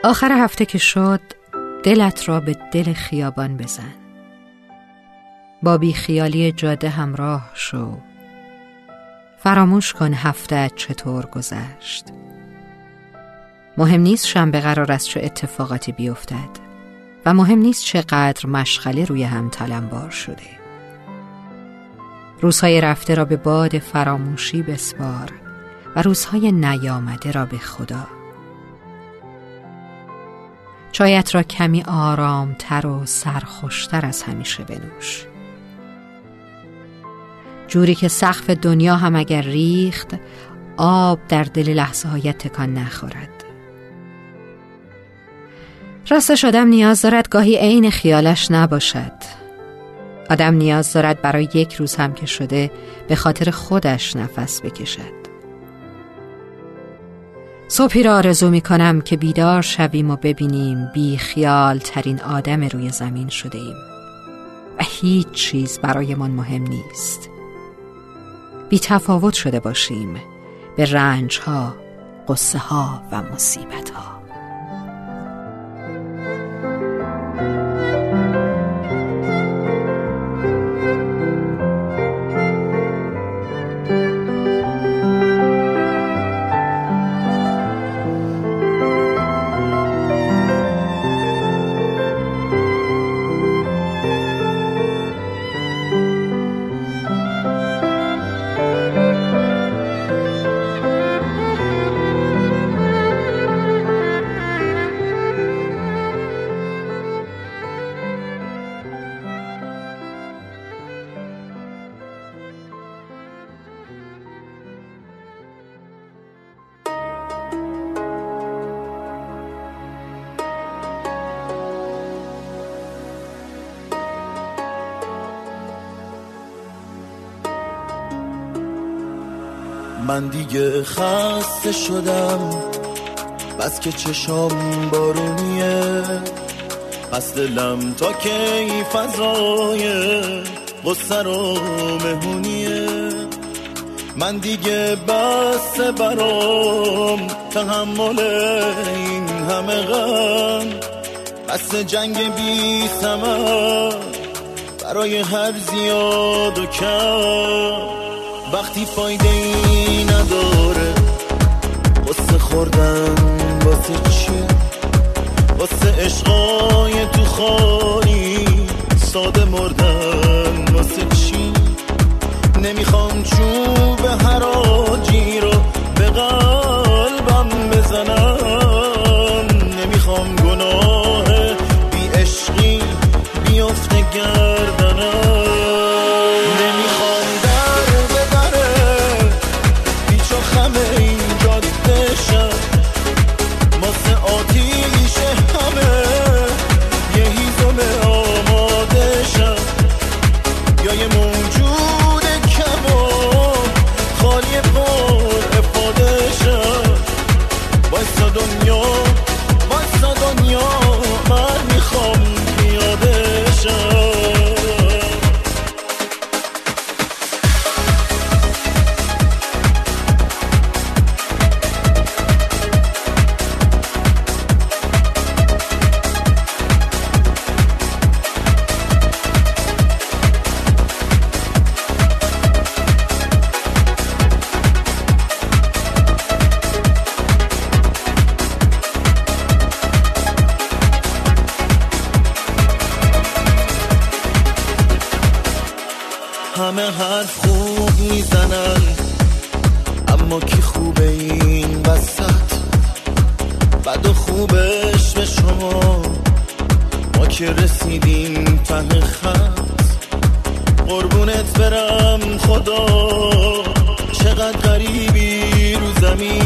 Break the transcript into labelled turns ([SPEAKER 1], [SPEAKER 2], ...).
[SPEAKER 1] آخر هفته که شد دلت را به دل خیابان بزن، با بی خیالی جاده همراه شو، فراموش کن هفته‌ات چطور گذشت. مهم نیست شنبه قرار است چه اتفاقاتی بیفتد و مهم نیست چقدر مشغله روی هم تلمبار شده. روزهای رفته را به باد فراموشی بسپار و روزهای نیامده را به خدا. چایت را کمی آرامتر و سرخوشتر از همیشه بنوش، جوری که سقف دنیا هم اگر ریخت آب در دل لحظه هایت تکان نخورد. راستش آدم نیاز دارد گاهی عین خیالش نباشد. آدم نیاز دارد برای یک روز هم که شده به خاطر خودش نفس بکشد. صبحی را آرزو می کنم که بیدار شویم و ببینیم بی خیال ترین آدم روی زمین شده ایم و هیچ چیز برایمان مهم نیست. بی تفاوت شده باشیم به رنج ها، غصه ها و مصیبت ها.
[SPEAKER 2] من دیگه خسته شدم، بس که چشام بارونیه، پس دلم تا کی فضای غصه رو مهونیه. من دیگه بس برام تحمل این همه غم، بس جنگ بی ثمر برای هر زیاد و کم. وقتی فایده ای نداره واسه خوردن، واسه چی؟ واسه عشقای تو خالی ساده مردن، واسه چی؟ نمیخوام چوب حراجی رو به قلبم بزنم، نمیخوام گناه بی عشقی بیفته گردنم، این جاده شد واسه آتیش همه یه هیزم آماده شد، یا یه موجود کباب خالی پر افاده شد. وایسا دنیا وایسا دنیا، من میخوام پیاده شد. همه حرف خوب میزنن، اما کی خوبه این وسط؟ بد و خوبش به شما، ما که رسیدیم ته خط. قربونت برم خدا، چقدر غریبی رو زمین،